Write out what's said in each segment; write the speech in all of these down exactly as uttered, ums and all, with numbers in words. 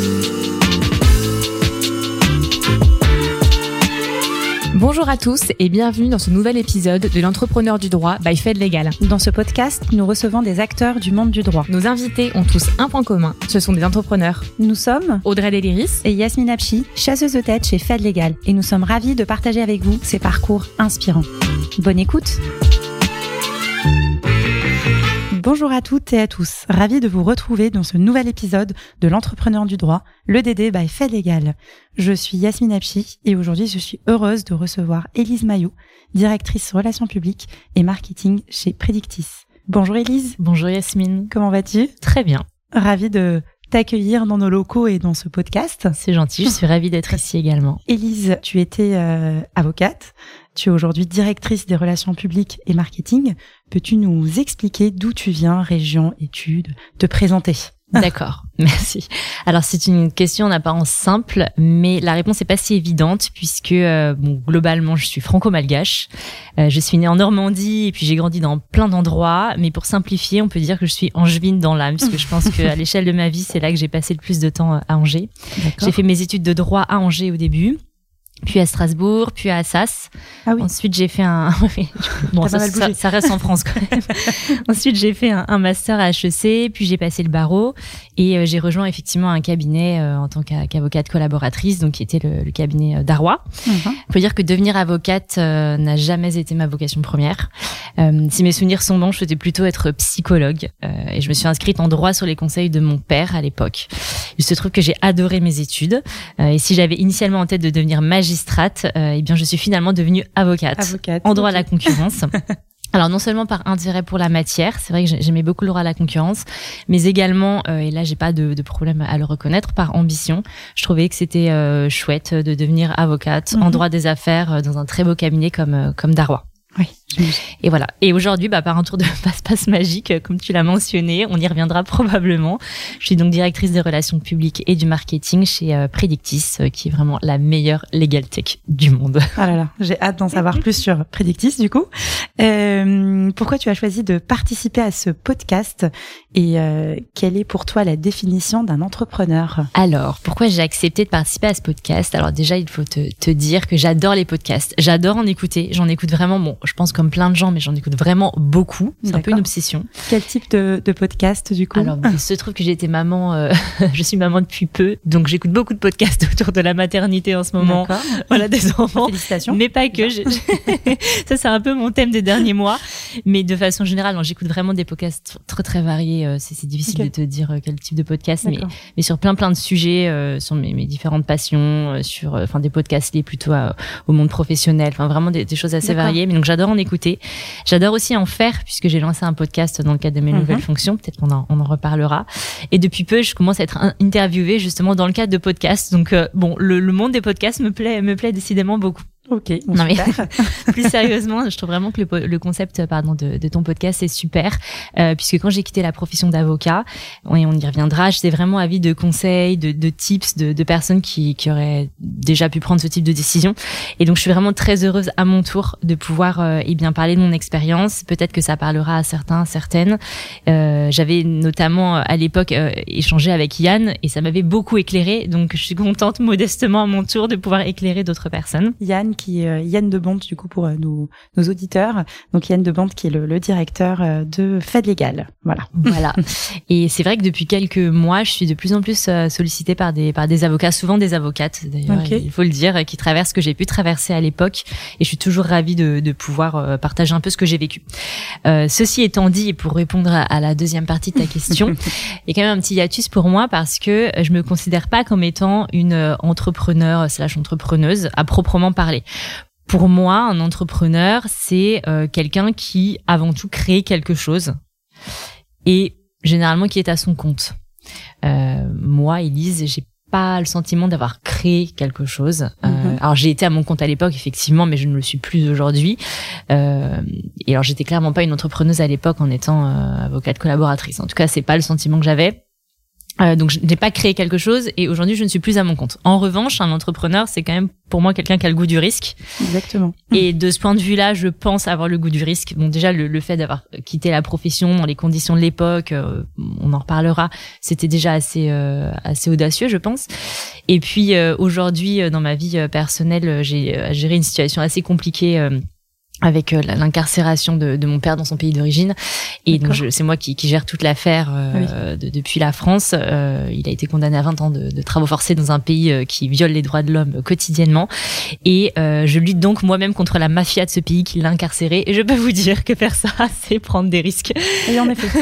Bonjour à tous et bienvenue dans ce nouvel épisode de l'Entrepreneur du droit by Fed Legal. Dans ce podcast, nous recevons des acteurs du monde du droit. Nos invités ont tous un point commun, ce sont des entrepreneurs. Nous sommes Audrey Deliris et Yasmine Apchi, chasseuse de tête chez Fed Legal, et nous sommes ravis de partager avec vous ces parcours inspirants. Bonne écoute. Bonjour à toutes et à tous, ravis de vous retrouver dans ce nouvel épisode de l'Entrepreneur du droit, le D D by Fed Legal. Je suis Yasmine Apchi et aujourd'hui je suis heureuse de recevoir Élise Maillot, directrice relations publiques et marketing chez Predictis. Bonjour Élise. Bonjour Yasmine. Comment vas-tu ? Très bien. Ravie de t'accueillir dans nos locaux et dans ce podcast. C'est gentil, je suis ravie d'être ici également. Élise, tu étais euh, avocate, tu es aujourd'hui directrice des relations publiques et marketing. Peux-tu nous expliquer d'où tu viens, région, études, te présenter ? D'accord, merci. Alors c'est une question en apparence simple, mais la réponse n'est pas si évidente puisque euh, bon, globalement je suis franco-malgache. Euh, je suis née en Normandie et puis j'ai grandi dans plein d'endroits, mais pour simplifier, on peut dire que je suis angevine dans l'âme, parce que je pense qu'à l'échelle de ma vie, c'est là que j'ai passé le plus de temps à Angers. D'accord. J'ai fait mes études de droit à Angers au début, puis à Strasbourg, puis à Assas. Ah oui. Ensuite, j'ai fait un... bon, ça, ça, ça reste en France quand même. Ensuite, j'ai fait un, un master à H E C, puis j'ai passé le barreau et euh, j'ai rejoint effectivement un cabinet euh, en tant qu'avocate collaboratrice, donc qui était le, le cabinet euh, d'Arrois. Il mm-hmm. faut dire que devenir avocate euh, n'a jamais été ma vocation première. Euh, si mes souvenirs sont bons, je souhaitais plutôt être psychologue euh, et je me suis inscrite en droit sur les conseils de mon père à l'époque. Il se trouve que j'ai adoré mes études euh, et si j'avais initialement en tête de devenir magistrate, magistrate, euh, eh bien, je suis finalement devenue avocate, avocate en droit okay. à la concurrence. Alors, non seulement par intérêt pour la matière, c'est vrai que j'aimais beaucoup le droit à la concurrence, mais également, euh, et là, j'ai pas de, de problème à le reconnaître, par ambition. Je trouvais que c'était euh, chouette de devenir avocate mm-hmm. en droit des affaires euh, dans un très beau cabinet comme, euh, comme Darrois. Oui. Et voilà. Et aujourd'hui, bah, par un tour de passe-passe magique, comme tu l'as mentionné, on y reviendra probablement. Je suis donc directrice des relations publiques et du marketing chez euh, Predictis, euh, qui est vraiment la meilleure legal tech du monde. Ah là là, j'ai hâte d'en savoir plus sur Predictis, du coup. Euh, pourquoi tu as choisi de participer à ce podcast et euh, quelle est pour toi la définition d'un entrepreneur ? Alors, pourquoi j'ai accepté de participer à ce podcast ? Alors déjà, il faut te, te dire que j'adore les podcasts. J'adore en écouter. J'en écoute vraiment, bon, je pense comme plein de gens, mais j'en écoute vraiment beaucoup. C'est D'accord. un peu une obsession. Quel type de, de podcast, du coup ? Alors, il se trouve que j'ai été maman, euh, je suis maman depuis peu, donc j'écoute beaucoup de podcasts autour de la maternité en ce moment. D'accord. Voilà, des enfants. Félicitations. Mais pas que. Je, je... Ça, c'est un peu mon thème des derniers mois. Mais de façon générale, non, j'écoute vraiment des podcasts très, très variés. C'est, c'est difficile okay. de te dire quel type de podcast, mais, mais sur plein, plein de sujets, euh, sur mes, mes différentes passions, euh, sur, enfin, euh, des podcasts liés plutôt à, au monde professionnel. Enfin, vraiment des, des choses assez D'accord. variées. Mais donc, j'adore en écouter. J'adore aussi en faire puisque j'ai lancé un podcast dans le cadre de mes mm-hmm. nouvelles fonctions. Peut-être qu'on en, on en reparlera. Et depuis peu, je commence à être interviewée justement dans le cadre de podcasts. Donc euh, bon, le, le monde des podcasts me plaît, me plaît décidément beaucoup. Ok, bon, non mais plus sérieusement, je trouve vraiment que le, le concept pardon de, de ton podcast est super euh, puisque quand j'ai quitté la profession d'avocat, et on y reviendra, j'étais vraiment avide de conseils, de, de tips, de, de personnes qui, qui auraient déjà pu prendre ce type de décision. Et donc je suis vraiment très heureuse à mon tour de pouvoir euh, eh bien parler de mon expérience. Peut-être que ça parlera à certains, certaines. Euh, j'avais notamment à l'époque euh, échangé avec Yann et ça m'avait beaucoup éclairé. Donc je suis contente modestement à mon tour de pouvoir éclairer d'autres personnes. Yann qui est euh, Yann Debonte du coup pour euh, nos, nos auditeurs. Donc Yann Debonte qui est le, le directeur euh, de Fed Legal. Voilà. Voilà. Et c'est vrai que depuis quelques mois, je suis de plus en plus euh, sollicitée par des par des avocats, souvent des avocates d'ailleurs, okay. il faut le dire, qui traversent ce que j'ai pu traverser à l'époque. Et je suis toujours ravie de, de pouvoir euh, partager un peu ce que j'ai vécu. Euh, ceci étant dit, et pour répondre à, à la deuxième partie de ta question, il y a quand même un petit hiatus pour moi parce que je me considère pas comme étant une entrepreneur slash entrepreneuse à proprement parler. Pour moi, un entrepreneur, c'est euh, quelqu'un qui, avant tout, crée quelque chose et généralement qui est à son compte. Euh, moi, Élise, j'ai pas le sentiment d'avoir créé quelque chose. Euh, mm-hmm. Alors, j'ai été à mon compte à l'époque, effectivement, mais je ne le suis plus aujourd'hui. Euh, et alors, j'étais clairement pas une entrepreneuse à l'époque en étant euh, avocate collaboratrice. En tout cas, c'est pas le sentiment que j'avais. Euh, donc, je n'ai pas créé quelque chose et aujourd'hui, je ne suis plus à mon compte. En revanche, un entrepreneur, c'est quand même pour moi quelqu'un qui a le goût du risque. Exactement. Et de ce point de vue-là, je pense avoir le goût du risque. Bon, déjà, le, le fait d'avoir quitté la profession dans les conditions de l'époque, euh, on en reparlera, c'était déjà assez euh, assez audacieux, je pense. Et puis, euh, aujourd'hui, dans ma vie personnelle, j'ai euh, géré une situation assez compliquée euh, avec euh, l'incarcération de, de mon père dans son pays d'origine. Et D'accord. donc, je, c'est moi qui, qui gère toute l'affaire euh, oui. de, depuis la France. Euh, il a été condamné à vingt ans de, de travaux forcés dans un pays euh, qui viole les droits de l'homme quotidiennement. Et euh, je lutte donc moi-même contre la mafia de ce pays qui l'a incarcéré. Et je peux vous dire que faire ça, c'est prendre des risques. Et en effet.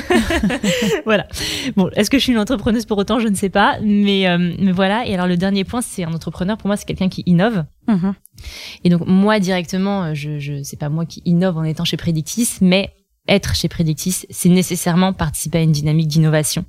Voilà. Bon, est-ce que je suis une entrepreneuse pour autant? Je ne sais pas. Mais, euh, mais voilà. Et alors, le dernier point, c'est un entrepreneur. Pour moi, c'est quelqu'un qui innove. Mmh. Et donc moi directement, je, je c'est pas moi qui innove en étant chez Predictis, mais être chez Predictis, c'est nécessairement participer à une dynamique d'innovation.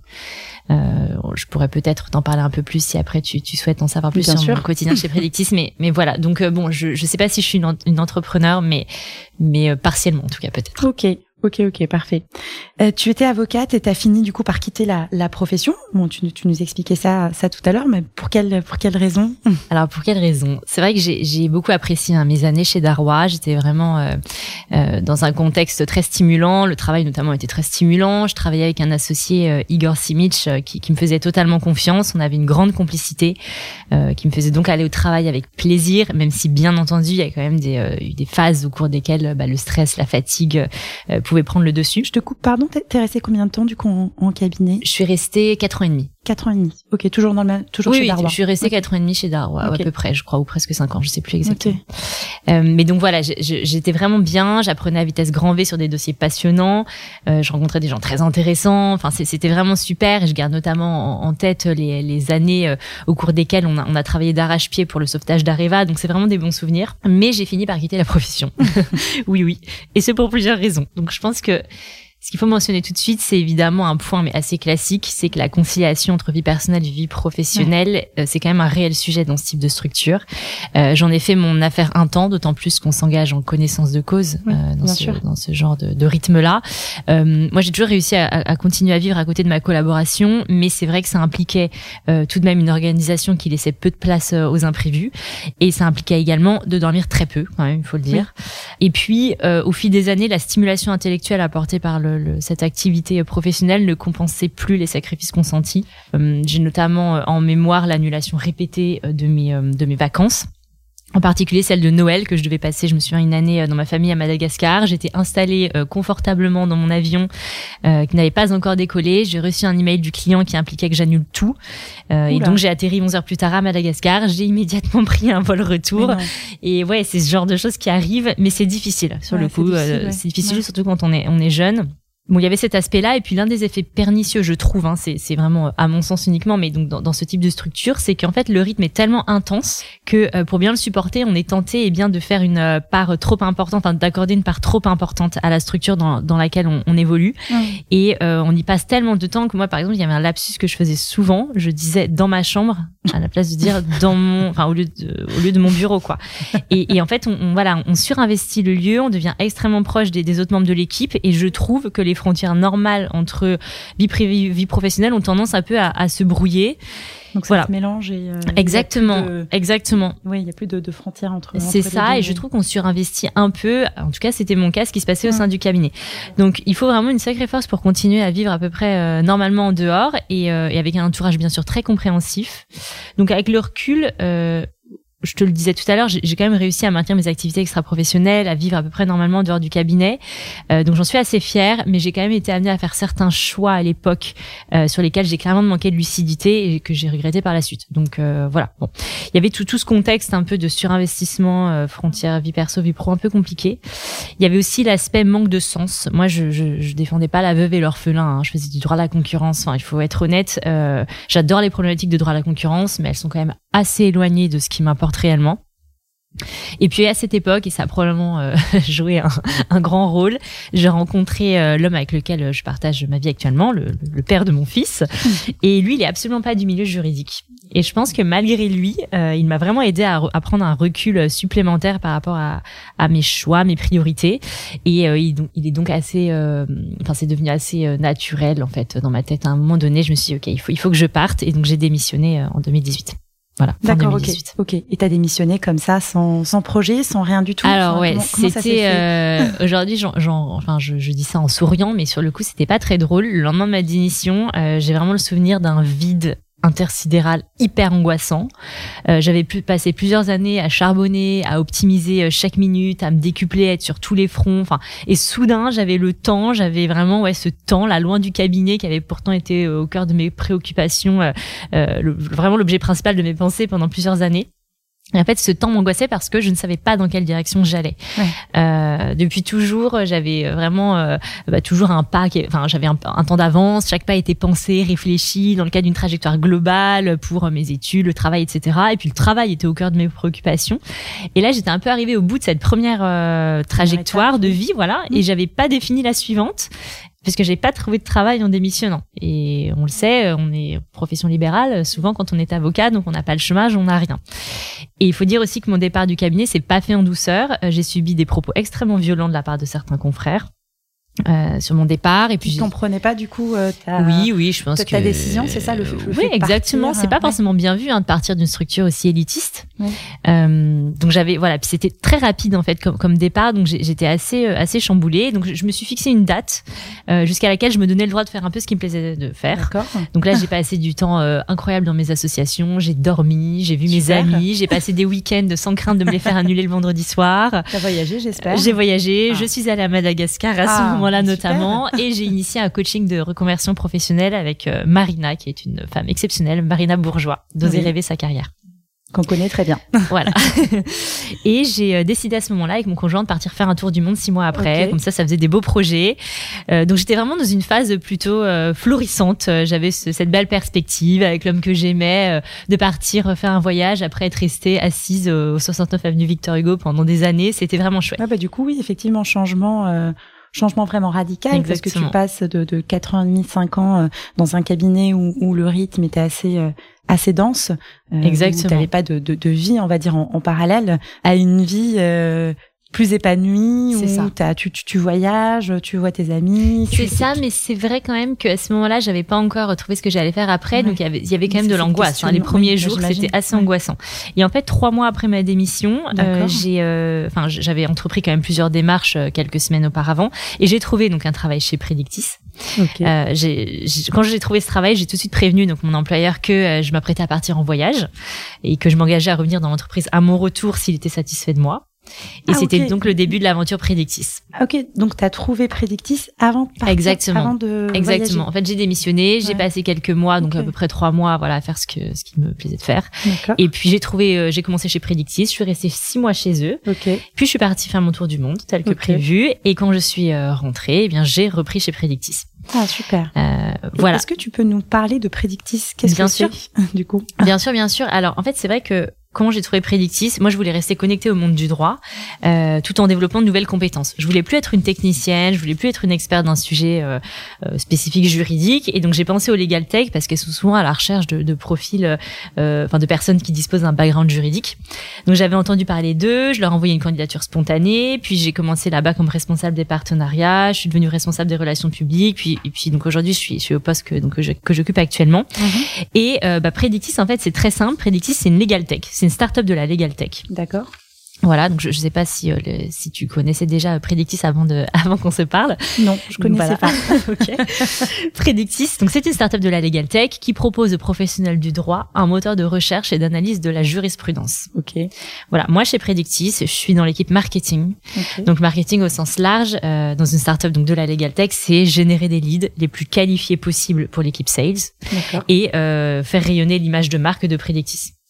Euh, je pourrais peut-être t'en parler un peu plus si après tu, tu souhaites en savoir plus Bien sur sûr. Mon quotidien chez Predictis, mais mais voilà. Donc euh, bon, je je sais pas si je suis une, une entrepreneur, mais mais euh, partiellement en tout cas peut-être. Ok. Ok, ok, parfait. Euh, tu étais avocate et t'as fini du coup par quitter la, la profession. Bon, tu, tu nous expliquais ça, ça tout à l'heure, mais pour quelle, pour quelle raison? Alors pour quelle raison? C'est vrai que j'ai, j'ai beaucoup apprécié hein, mes années chez Darrois. J'étais vraiment euh, euh, dans un contexte très stimulant. Le travail notamment était très stimulant. Je travaillais avec un associé euh, Igor Simic euh, qui, qui me faisait totalement confiance. On avait une grande complicité euh, qui me faisait donc aller au travail avec plaisir, même si bien entendu il y a quand même des, euh, des phases au cours desquelles bah, le stress, la fatigue euh, pouvait prendre le dessus. Je te coupe, pardon, t'es, t'es restée combien de temps du coup en, en cabinet? Je suis restée quatre ans et demi. Quatre ans et demi. Ok, toujours dans le même, toujours oui, chez Darrois. Oui, je suis restée okay. quatre ans et demi chez Darrois, okay. à peu près, je crois, ou presque cinq ans, je sais plus exactement. Okay. Euh, mais donc voilà, je, je, j'étais vraiment bien, j'apprenais à vitesse grand V sur des dossiers passionnants, euh, je rencontrais des gens très intéressants, enfin c'est, c'était vraiment super et je garde notamment en, en tête les, les années euh, au cours desquelles on a, on a travaillé d'arrache-pied pour le sauvetage d'Areva, donc c'est vraiment des bons souvenirs. Mais j'ai fini par quitter la profession. oui, oui. Et c'est pour plusieurs raisons. Donc je pense que ce qu'il faut mentionner tout de suite, c'est évidemment un point mais assez classique, c'est que la conciliation entre vie personnelle et vie professionnelle, ouais. euh, c'est quand même un réel sujet dans ce type de structure. Euh, j'en ai fait mon affaire un temps, d'autant plus qu'on s'engage en connaissance de cause ouais, euh, dans, ce, dans ce genre de, de rythme-là. Euh, moi, j'ai toujours réussi à, à continuer à vivre à côté de ma collaboration, mais c'est vrai que ça impliquait euh, tout de même une organisation qui laissait peu de place euh, aux imprévus, et ça impliquait également de dormir très peu, quand même, il faut le dire. Oui. Et puis, euh, au fil des années, la stimulation intellectuelle apportée par le Le, cette activité professionnelle ne compensait plus les sacrifices consentis. Euh, j'ai notamment euh, en mémoire l'annulation répétée de mes, euh, de mes vacances. En particulier celle de Noël que je devais passer, je me souviens, une année dans ma famille à Madagascar. J'étais installée euh, confortablement dans mon avion euh, qui n'avait pas encore décollé. J'ai reçu un email du client qui impliquait que j'annule tout. Euh, et donc j'ai atterri onze heures plus tard à Madagascar. J'ai immédiatement pris un vol retour. Et ouais, c'est ce genre de choses qui arrivent, mais c'est difficile sur ouais, le coup. C'est difficile, euh, ouais. c'est difficile ouais. surtout quand on est, on est jeune. Bon, il y avait cet aspect-là, et puis l'un des effets pernicieux, je trouve, hein, c'est, c'est vraiment à mon sens uniquement, mais donc dans, dans ce type de structure, c'est qu'en fait le rythme est tellement intense que euh, pour bien le supporter, on est tenté eh bien de faire une euh, part trop importante, enfin d'accorder une part trop importante à la structure dans, dans laquelle on, on évolue, mmh. et euh, on y passe tellement de temps que moi, par exemple, il y avait un lapsus que je faisais souvent, je disais dans ma chambre à la place de dire dans mon, enfin au lieu de, au lieu de mon bureau, quoi. Et, et en fait, on, on voilà, on surinvestit le lieu, on devient extrêmement proche des, des autres membres de l'équipe, et je trouve que les frontières normales entre vie privée, vie professionnelle ont tendance un peu à, à se brouiller. Donc ça voilà. se mélange et euh, exactement, de... exactement. Oui, il y a plus de, de frontières entre. C'est entre ça, les et je trouve qu'on surinvestit un peu. En tout cas, c'était mon cas, ce qui se passait au sein du cabinet. Donc, il faut vraiment une sacrée force pour continuer à vivre à peu près euh, normalement en dehors et, euh, et avec un entourage bien sûr très compréhensif. Donc, avec le recul. Euh, Je te le disais tout à l'heure, j'ai, j'ai quand même réussi à maintenir mes activités extra-professionnelles, à vivre à peu près normalement en dehors du cabinet. Euh, donc j'en suis assez fière, mais j'ai quand même été amenée à faire certains choix à l'époque euh, sur lesquels j'ai clairement manqué de lucidité et que j'ai regretté par la suite. Donc euh, voilà. Bon, il y avait tout tout ce contexte un peu de surinvestissement, euh, frontières vie perso, vie pro un peu compliqué. Il y avait aussi l'aspect manque de sens. Moi, je je, je défendais pas la veuve et l'orphelin. Hein. Je faisais du droit de la concurrence. Enfin, il faut être honnête. Euh, j'adore les problématiques de droit de la concurrence, mais elles sont quand même assez éloignées de ce qui m'importe réellement. Et puis à cette époque, et ça a probablement euh, joué un, un grand rôle, j'ai rencontré euh, l'homme avec lequel je partage ma vie actuellement, le, le père de mon fils. Et lui, il est absolument pas du milieu juridique. Et je pense que malgré lui, euh, il m'a vraiment aidé à, à prendre un recul supplémentaire par rapport à, à mes choix, mes priorités. Et euh, il, il est donc assez, euh, enfin c'est devenu assez euh, naturel en fait dans ma tête. À un moment donné, je me suis dit ok, il faut il faut que je parte. Et donc j'ai démissionné euh, en deux mille dix-huit. Voilà. D'accord, ok, ok. Et t'as démissionné comme ça, sans, sans projet, sans rien du tout. Alors enfin, ouais, comment, comment c'était euh, aujourd'hui, j'en, j'en, enfin, je, je dis ça en souriant, mais sur le coup, c'était pas très drôle. Le lendemain de ma démission, euh, j'ai vraiment le souvenir d'un vide intersidéral hyper angoissant. Euh, j'avais pu passer plusieurs années à charbonner, à optimiser chaque minute, à me décupler, à être sur tous les fronts. Enfin, et soudain, j'avais le temps, j'avais vraiment ouais ce temps là, loin du cabinet, qui avait pourtant été au cœur de mes préoccupations, euh, euh, le, vraiment l'objet principal de mes pensées pendant plusieurs années. Et en fait, ce temps m'angoissait parce que je ne savais pas dans quelle direction j'allais. Ouais. Euh, depuis toujours, j'avais vraiment euh, bah, toujours un pas, qui, enfin, j'avais un, un temps d'avance. Chaque pas était pensé, réfléchi dans le cadre d'une trajectoire globale pour mes études, le travail, et cetera. Et puis le travail était au cœur de mes préoccupations. Et là, j'étais un peu arrivée au bout de cette première euh, trajectoire de vie, voilà. Mmh. Et j'avais pas défini la suivante. Parce que j'ai pas trouvé de travail en démissionnant. Et on le sait, on est profession libérale. Souvent, quand on est avocat, donc on n'a pas le chômage, on n'a rien. Et il faut dire aussi que mon départ du cabinet, c'est pas fait en douceur. J'ai subi des propos extrêmement violents de la part de certains confrères. Euh, sur mon départ et puis tu comprenais pas du coup euh, ta oui oui je pense que ta décision c'est ça le, le oui fait de exactement partir, c'est pas ouais. forcément bien vu hein, de partir d'une structure aussi élitiste ouais. euh, donc j'avais voilà puis c'était très rapide en fait comme comme départ donc j'étais assez assez chamboulée donc je me suis fixé une date euh, jusqu'à laquelle je me donnais le droit de faire un peu ce qui me plaisait de faire. D'accord. Donc là j'ai passé du temps euh, incroyable dans mes associations, j'ai dormi, j'ai vu Super. mes amis, j'ai passé des week-ends sans crainte de me les faire annuler le vendredi soir. T'as voyagé j'espère. J'ai voyagé, ah. je suis allée à Madagascar à ah, ce moment-là super. notamment. Et j'ai initié un coaching de reconversion professionnelle avec euh, Marina, qui est une femme exceptionnelle, Marina Bourgeois, d'Oser oui. rêver sa carrière. Qu'on connaît très bien. Voilà. Et j'ai euh, décidé à ce moment-là, avec mon conjoint, de partir faire un tour du monde six mois après. Okay. Comme ça, ça faisait des beaux projets. Euh, donc, j'étais vraiment dans une phase plutôt euh, florissante. J'avais ce, cette belle perspective avec l'homme que j'aimais, euh, de partir faire un voyage après être restée assise euh, au soixante-neuf avenue Victor Hugo pendant des années. C'était vraiment chouette. Ouais, bah, du coup, oui, effectivement, changement... Euh... Changement vraiment radical. Exactement. Parce que tu passes de, de quatre ans et demi, cinq ans euh, dans un cabinet où, où le rythme était assez euh, assez dense. Euh, Exactement. Où t'avais pas de, de, de vie, on va dire en, en parallèle, à une vie euh, plus épanouie. C'est où ça. T'as, tu, tu, tu voyages, tu vois tes amis. C'est tu, ça, tu... mais c'est vrai quand même qu'à ce moment-là, j'avais pas encore trouvé ce que j'allais faire après, ouais. donc il y avait, il y avait quand même c'est de l'angoisse. Hein. Les premiers oui, jours, c'était assez ouais. angoissant. Et en fait, trois mois après ma démission, euh, j'ai, enfin, euh, j'avais entrepris quand même plusieurs démarches euh, quelques semaines auparavant, et j'ai trouvé donc un travail chez Predictis. Okay. Euh, j'ai, j'ai, quand j'ai trouvé ce travail, j'ai tout de suite prévenu donc mon employeur que euh, je m'apprêtais à partir en voyage et que je m'engageais à revenir dans l'entreprise à mon retour s'il était satisfait de moi. Et ah, c'était okay. donc le début de l'aventure Predictis. Ok, donc tu as trouvé Predictis avant de partir, Exactement. avant de Exactement. voyager. En fait, j'ai démissionné, ouais. j'ai passé quelques mois, donc okay. à peu près trois mois, voilà, à faire ce que ce qui me plaisait de faire. D'accord. Et puis j'ai trouvé, euh, j'ai commencé chez Predictis, je suis restée six mois chez eux. Okay. Puis je suis partie faire mon tour du monde, tel que okay. prévu. Et quand je suis euh, rentrée, eh bien j'ai repris chez Predictis. Ah super. Euh, voilà. Est-ce que tu peux nous parler de Predictis ? Qu'est-ce bien que sûr. c'est du coup ? Bien sûr, bien sûr. Alors en fait, c'est vrai que comment j'ai trouvé Predictis, moi je voulais rester connectée au monde du droit, euh, tout en développant de nouvelles compétences. Je voulais plus être une technicienne, je voulais plus être une experte d'un sujet euh, euh, spécifique juridique, et donc j'ai pensé au legal tech parce qu'elles sont souvent à la recherche de, de profils, euh, enfin de personnes qui disposent d'un background juridique. Donc j'avais entendu parler d'eux, je leur ai envoyé une candidature spontanée, puis j'ai commencé là-bas comme responsable des partenariats, je suis devenue responsable des relations publiques, puis et puis donc aujourd'hui je suis, je suis au poste que donc que, je, que j'occupe actuellement. Mm-hmm. Et euh, bah Predictis en fait c'est très simple, Predictis c'est une legal tech. C'est une start-up de la legal tech. D'accord. Voilà, donc je, je sais pas si euh, le, si tu connaissais déjà Predictis avant de avant qu'on se parle. Non, je connaissais voilà. pas. Ok. Predictis, donc c'est une start-up de la legal tech qui propose aux professionnels du droit un moteur de recherche et d'analyse de la jurisprudence. Ok. Voilà, moi chez Predictis, je suis dans l'équipe marketing. Okay. Donc marketing au sens large, euh, dans une start-up donc de la legal tech, c'est générer des leads les plus qualifiés possibles pour l'équipe sales. D'accord. Et euh, faire rayonner l'image de marque de Predictis.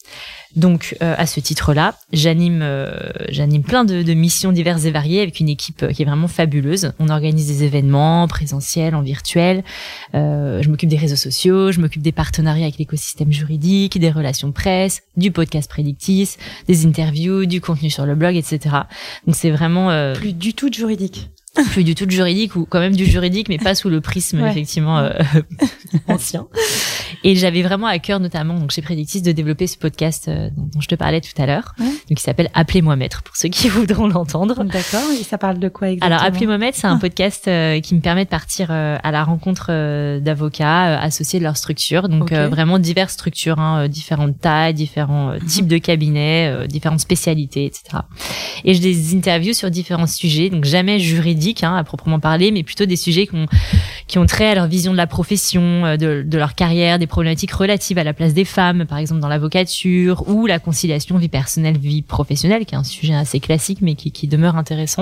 Donc, euh, à ce titre-là, j'anime, euh, j'anime plein de, de missions diverses et variées avec une équipe qui est vraiment fabuleuse. On organise des événements présentiels, en virtuel. Euh, je m'occupe des réseaux sociaux, je m'occupe des partenariats avec l'écosystème juridique, des relations presse, du podcast Predictis, des interviews, du contenu sur le blog, et cetera. Donc, c'est vraiment euh, plus du tout de juridique. Plus du tout de juridique, ou quand même du juridique, mais pas sous le prisme ouais. effectivement euh, ancien. Et j'avais vraiment à cœur, notamment donc chez Predictis, de développer ce podcast euh, dont, dont je te parlais tout à l'heure, ouais. donc qui s'appelle Appelez-moi Maître, pour ceux qui voudront l'entendre. D'accord. Et ça parle de quoi exactement? Alors Appelez-moi Maître, c'est un podcast euh, qui me permet de partir euh, à la rencontre euh, d'avocats euh, associés de leur structure, donc okay. euh, vraiment diverses structures, hein, euh, différentes tailles, différents euh, types de cabinets, euh, différentes spécialités, et cetera. Et je les interview sur différents sujets, donc jamais juridiques hein, à proprement parler, mais plutôt des sujets qui ont, qui ont trait à leur vision de la profession, de, de leur carrière, des problématiques relatives à la place des femmes, par exemple dans l'avocature, ou la conciliation vie personnelle, vie professionnelle, qui est un sujet assez classique, mais qui, qui demeure intéressant.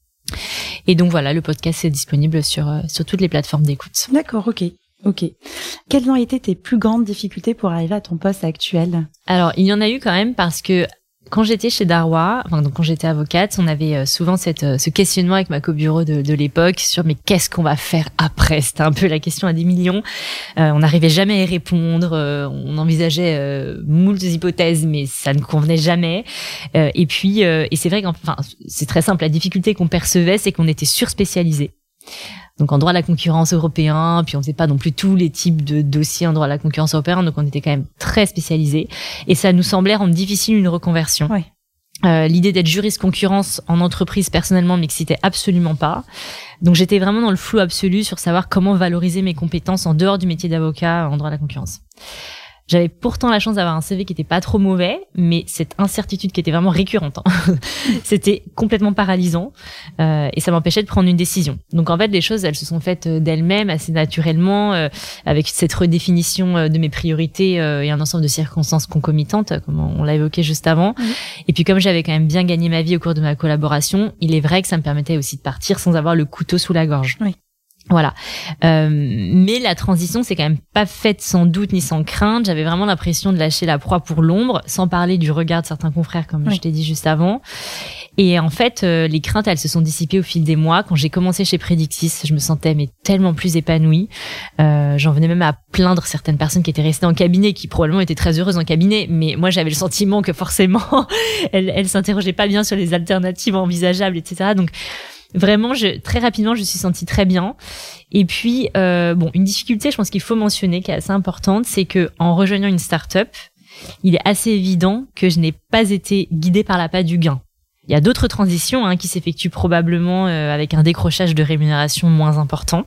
Et donc voilà, le podcast est disponible sur, sur toutes les plateformes d'écoute. D'accord, ok. Ok. Quelles ont été tes plus grandes difficultés pour arriver à ton poste actuel? Alors, il y en a eu quand même parce que quand j'étais chez Darrois, enfin donc quand j'étais avocate, on avait souvent cette ce questionnement avec ma co-bureau de, de l'époque sur mais qu'est-ce qu'on va faire après? C'était un peu la question à des millions. Euh, on n'arrivait jamais à y répondre. Euh, on envisageait euh, moult hypothèses, mais ça ne convenait jamais. Euh, et puis euh, et c'est vrai qu'enfin c'est très simple. La difficulté qu'on percevait, c'est qu'on était surspécialisé. Donc en droit de la concurrence européen, puis on faisait pas non plus tous les types de dossiers en droit de la concurrence européen, donc on était quand même très spécialisés. Et ça nous semblait rendre difficile une reconversion. Ouais. Euh, l'idée d'être juriste concurrence en entreprise, personnellement, m'excitait absolument pas. Donc j'étais vraiment dans le flou absolu sur savoir comment valoriser mes compétences en dehors du métier d'avocat en droit de la concurrence. J'avais pourtant la chance d'avoir un C V qui était pas trop mauvais, mais cette incertitude qui était vraiment récurrente, hein, c'était complètement paralysant euh, et ça m'empêchait de prendre une décision. Donc en fait, les choses, elles se sont faites d'elles-mêmes assez naturellement, euh, avec cette redéfinition de mes priorités euh, et un ensemble de circonstances concomitantes, comme on l'a évoqué juste avant. Mmh. Et puis comme j'avais quand même bien gagné ma vie au cours de ma collaboration, il est vrai que ça me permettait aussi de partir sans avoir le couteau sous la gorge. Oui. Voilà. Euh, mais la transition, c'est quand même pas faite sans doute ni sans crainte. J'avais vraiment l'impression de lâcher la proie pour l'ombre, sans parler du regard de certains confrères, comme oui. je t'ai dit juste avant. Et en fait, euh, les craintes, elles se sont dissipées au fil des mois. Quand j'ai commencé chez Predictis, je me sentais mais tellement plus épanouie. Euh, j'en venais même à plaindre certaines personnes qui étaient restées en cabinet, qui probablement étaient très heureuses en cabinet. Mais moi, j'avais le sentiment que forcément, elles, elles s'interrogeaient pas bien sur les alternatives envisageables, et cetera. Donc, vraiment, je, très rapidement, je me suis sentie très bien. Et puis, euh, bon, une difficulté, je pense qu'il faut mentionner, qui est assez importante, c'est que en rejoignant une start-up, il est assez évident que je n'ai pas été guidée par l'appât du gain. Il y a d'autres transitions hein, qui s'effectuent probablement euh, avec un décrochage de rémunération moins important.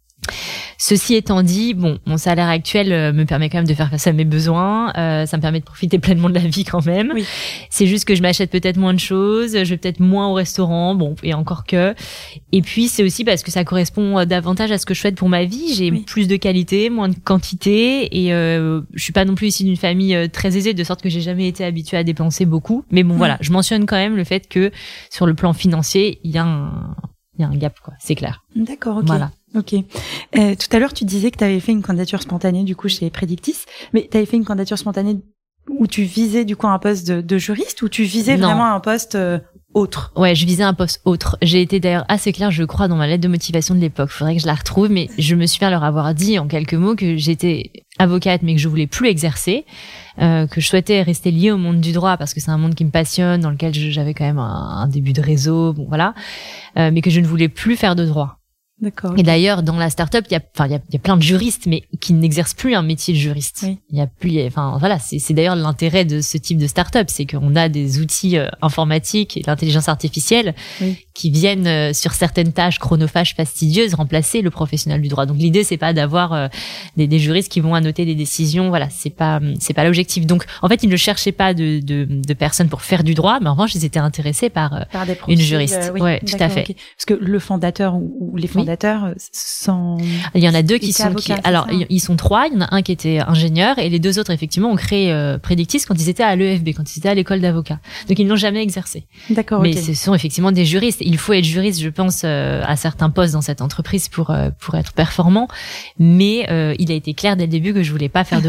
Ceci étant dit, bon, mon salaire actuel euh, me permet quand même de faire face à mes besoins. Euh, ça me permet de profiter pleinement de la vie quand même. Oui. C'est juste que je m'achète peut-être moins de choses, je vais peut-être moins au restaurant, bon, et encore que. Et puis c'est aussi parce que ça correspond davantage à ce que je souhaite pour ma vie. J'ai oui. plus de qualité, moins de quantité, et euh, je suis pas non plus issue d'une famille euh, très aisée, de sorte que j'ai jamais été habituée à dépenser beaucoup. Mais bon, oui. voilà, je mentionne quand même le fait que sur le plan financier, il y a un, il y a un gap, quoi. C'est clair. D'accord, ok. Voilà. Ok. Euh, tout à l'heure, tu disais que tu avais fait une candidature spontanée du coup chez Predictis, mais tu avais fait une candidature spontanée où tu visais du coup un poste de, de juriste ou tu visais non. vraiment un poste euh, autre? Ouais, je visais un poste autre. J'ai été d'ailleurs assez claire, je crois, dans ma lettre de motivation de l'époque. Faudrait que je la retrouve, mais je me suis fait leur avoir dit en quelques mots que j'étais avocate, mais que je voulais plus exercer, euh, que je souhaitais rester liée au monde du droit parce que c'est un monde qui me passionne, dans lequel j'avais quand même un, un début de réseau, bon voilà, euh, mais que je ne voulais plus faire de droit. D'accord. Et d'ailleurs, dans la start-up, il y a, enfin, il y a, il y a plein de juristes, mais qui n'exercent plus un métier de juriste. Oui. Il y a plus, il y a, enfin, voilà, c'est, c'est d'ailleurs l'intérêt de ce type de start-up, c'est qu'on a des outils euh, informatiques et l'intelligence artificielle oui. qui viennent euh, sur certaines tâches chronophages, fastidieuses, remplacer le professionnel du droit. Donc l'idée, c'est pas d'avoir euh, des, des juristes qui vont annoter des décisions. Voilà, c'est pas, c'est pas l'objectif. Donc, en fait, ils ne cherchaient pas de, de, de personnes pour faire du droit, mais en revanche, ils étaient intéressés par, euh, par des profils, une juriste. Euh, oui, ouais, tout à fait. Okay. Parce que le fondateur ou, ou les fondateurs sans... Il y en a deux qui sont avocats, qui, alors ça, ils sont trois, il y en a un qui était ingénieur et les deux autres effectivement ont créé euh, Predictis quand ils étaient à l'E F B, quand ils étaient à l'école d'avocat. Donc ils n'ont jamais exercé. D'accord. Mais okay. ce sont effectivement des juristes. Il faut être juriste, je pense, euh, à certains postes dans cette entreprise pour euh, pour être performant. Mais euh, il a été clair dès le début que je voulais pas faire de droit.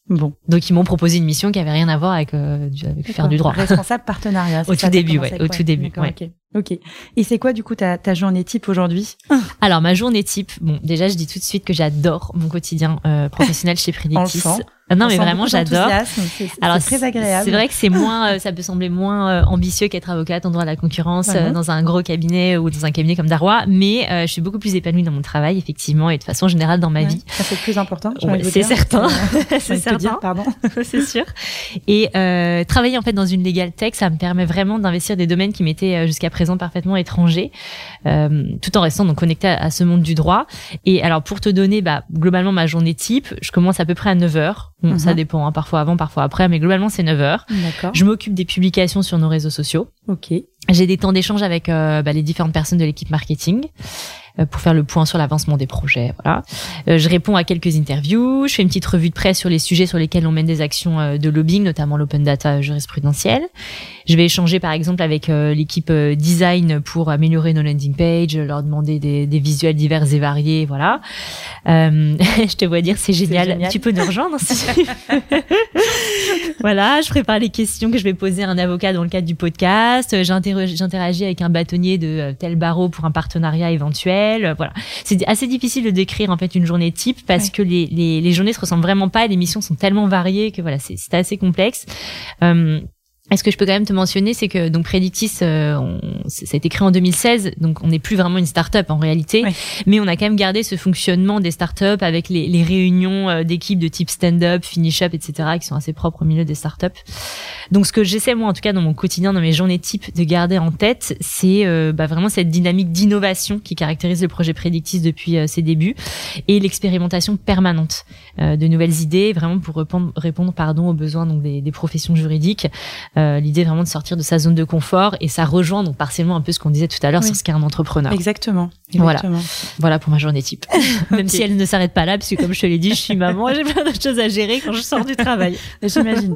Bon. Donc ils m'ont proposé une mission qui avait rien à voir avec, euh, avec faire du droit. Responsable partenariat. Au tout début, ouais. Au tout début, ouais. Okay. Ok. Et c'est quoi du coup ta, ta journée type aujourd'hui? Alors ma journée type, bon déjà je dis tout de suite que j'adore mon quotidien euh, professionnel chez Predictis. Ah non, mais vraiment, j'adore. C'est, Alors, c'est très agréable. C'est vrai que c'est moins, euh, ça peut sembler moins euh, ambitieux qu'être avocate en droit à la concurrence euh, dans un gros cabinet ou dans un cabinet comme Darrois, mais euh, je suis beaucoup plus épanouie dans mon travail, effectivement, et de façon générale dans ma ouais, vie. Ça c'est le plus important. Ouais, c'est, certain. c'est, c'est certain. Dire, pardon. C'est sûr. Et euh, travailler en fait dans une legal tech, ça me permet vraiment d'investir des domaines qui m'étaient euh, jusqu'à présent parfaitement étrangers, euh, tout en restant donc connecté à, à ce monde du droit. Et alors pour te donner, bah globalement ma journée type, je commence à peu près à neuf heures. Bon, mm-hmm. Ça dépend, hein, parfois avant, parfois après, mais globalement c'est neuf heures. D'accord. Je m'occupe des publications sur nos réseaux sociaux. Ok. J'ai des temps d'échange avec euh, bah, les différentes personnes de l'équipe marketing euh, pour faire le point sur l'avancement des projets. Voilà. Euh, je réponds à quelques interviews. Je fais une petite revue de presse sur les sujets sur lesquels on mène des actions euh, de lobbying, notamment l'open data jurisprudentiel. Je vais échanger par exemple avec euh, l'équipe euh, design pour améliorer nos landing pages, leur demander des, des visuels divers et variés. Voilà. Euh, je te vois dire c'est génial. c'est génial. Tu peux nous rejoindre si tu veux. Voilà. Je prépare les questions que je vais poser à un avocat dans le cadre du podcast. J'interroge J'interagis avec un bâtonnier de tel barreau pour un partenariat éventuel. Voilà. C'est assez difficile de décrire en fait une journée type parce ouais. que les, les, les journées se ressemblent vraiment pas et les missions sont tellement variées que voilà, c'est, c'est assez complexe. Euh, Et ce que je peux quand même te mentionner, c'est que donc Predictis, euh, on, ça a été créé en deux mille seize, donc on n'est plus vraiment une start-up en réalité, ouais. mais on a quand même gardé ce fonctionnement des start-up avec les, les réunions euh, d'équipes de type stand-up, finish-up, et cetera, qui sont assez propres au milieu des start-up. Donc ce que j'essaie moi en tout cas dans mon quotidien, dans mes journées type, de garder en tête, c'est euh, bah, vraiment cette dynamique d'innovation qui caractérise le projet Predictis depuis euh, ses débuts et l'expérimentation permanente euh, de nouvelles idées, vraiment pour répondre, répondre pardon aux besoins donc des, des professions juridiques. Euh, l'idée vraiment de sortir de sa zone de confort et ça rejoint donc partiellement un peu ce qu'on disait tout à l'heure oui. sur ce qu'est un entrepreneur. Exactement. Voilà. Exactement. Voilà pour ma journée type. Même okay. si elle ne s'arrête pas là, parce que comme je te l'ai dit, je suis maman et j'ai plein d'autres choses à gérer quand je sors du travail. J'imagine.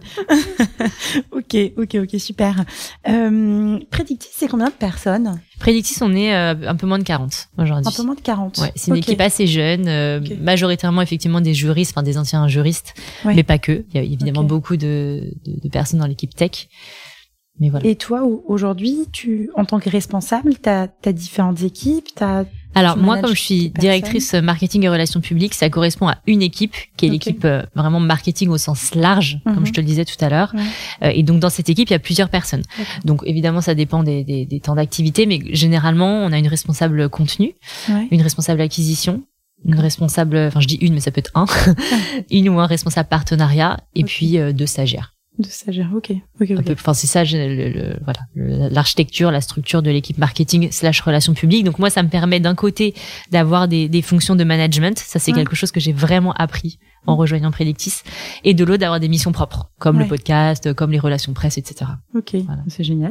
ok, ok, ok, super. Euh, Predictis, c'est combien de personnes? Predictis, on est euh, un peu moins de quarante aujourd'hui. Un peu moins de quarante. Ouais, c'est une okay. équipe assez jeune, euh, okay. majoritairement effectivement des juristes, enfin des anciens juristes, ouais. mais pas que. Il y a évidemment okay. beaucoup de, de, de personnes dans l'équipe tech. Mais voilà. Et toi, aujourd'hui, tu, en tant que responsable, t'as, t'as différentes équipes, t'as. Alors moi, comme je suis directrice marketing et relations publiques, ça correspond à une équipe qui est okay. l'équipe euh, vraiment marketing au sens large, mm-hmm. comme je te le disais tout à l'heure. Ouais. Euh, et donc dans cette équipe, il y a plusieurs personnes. Okay. Donc évidemment, ça dépend des, des, des temps d'activité, mais généralement, on a une responsable contenu, ouais. une responsable acquisition, une responsable, enfin je dis une, mais ça peut être un, une ou un responsable partenariat, et okay. puis euh, deux stagiaires. De stagiaire, ok, ok, ok. Enfin, c'est ça, le, le, le, voilà, le, l'architecture, la structure de l'équipe marketing slash relations publiques. Donc moi, ça me permet d'un côté d'avoir des, des fonctions de management. Ça, c'est ouais. quelque chose que j'ai vraiment appris en rejoignant Predictis. Et de l'autre, d'avoir des missions propres, comme ouais. le podcast, comme les relations presse, et cetera. Ok, voilà. C'est génial.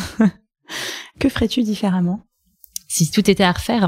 Que ferais-tu différemment? Si tout était à refaire.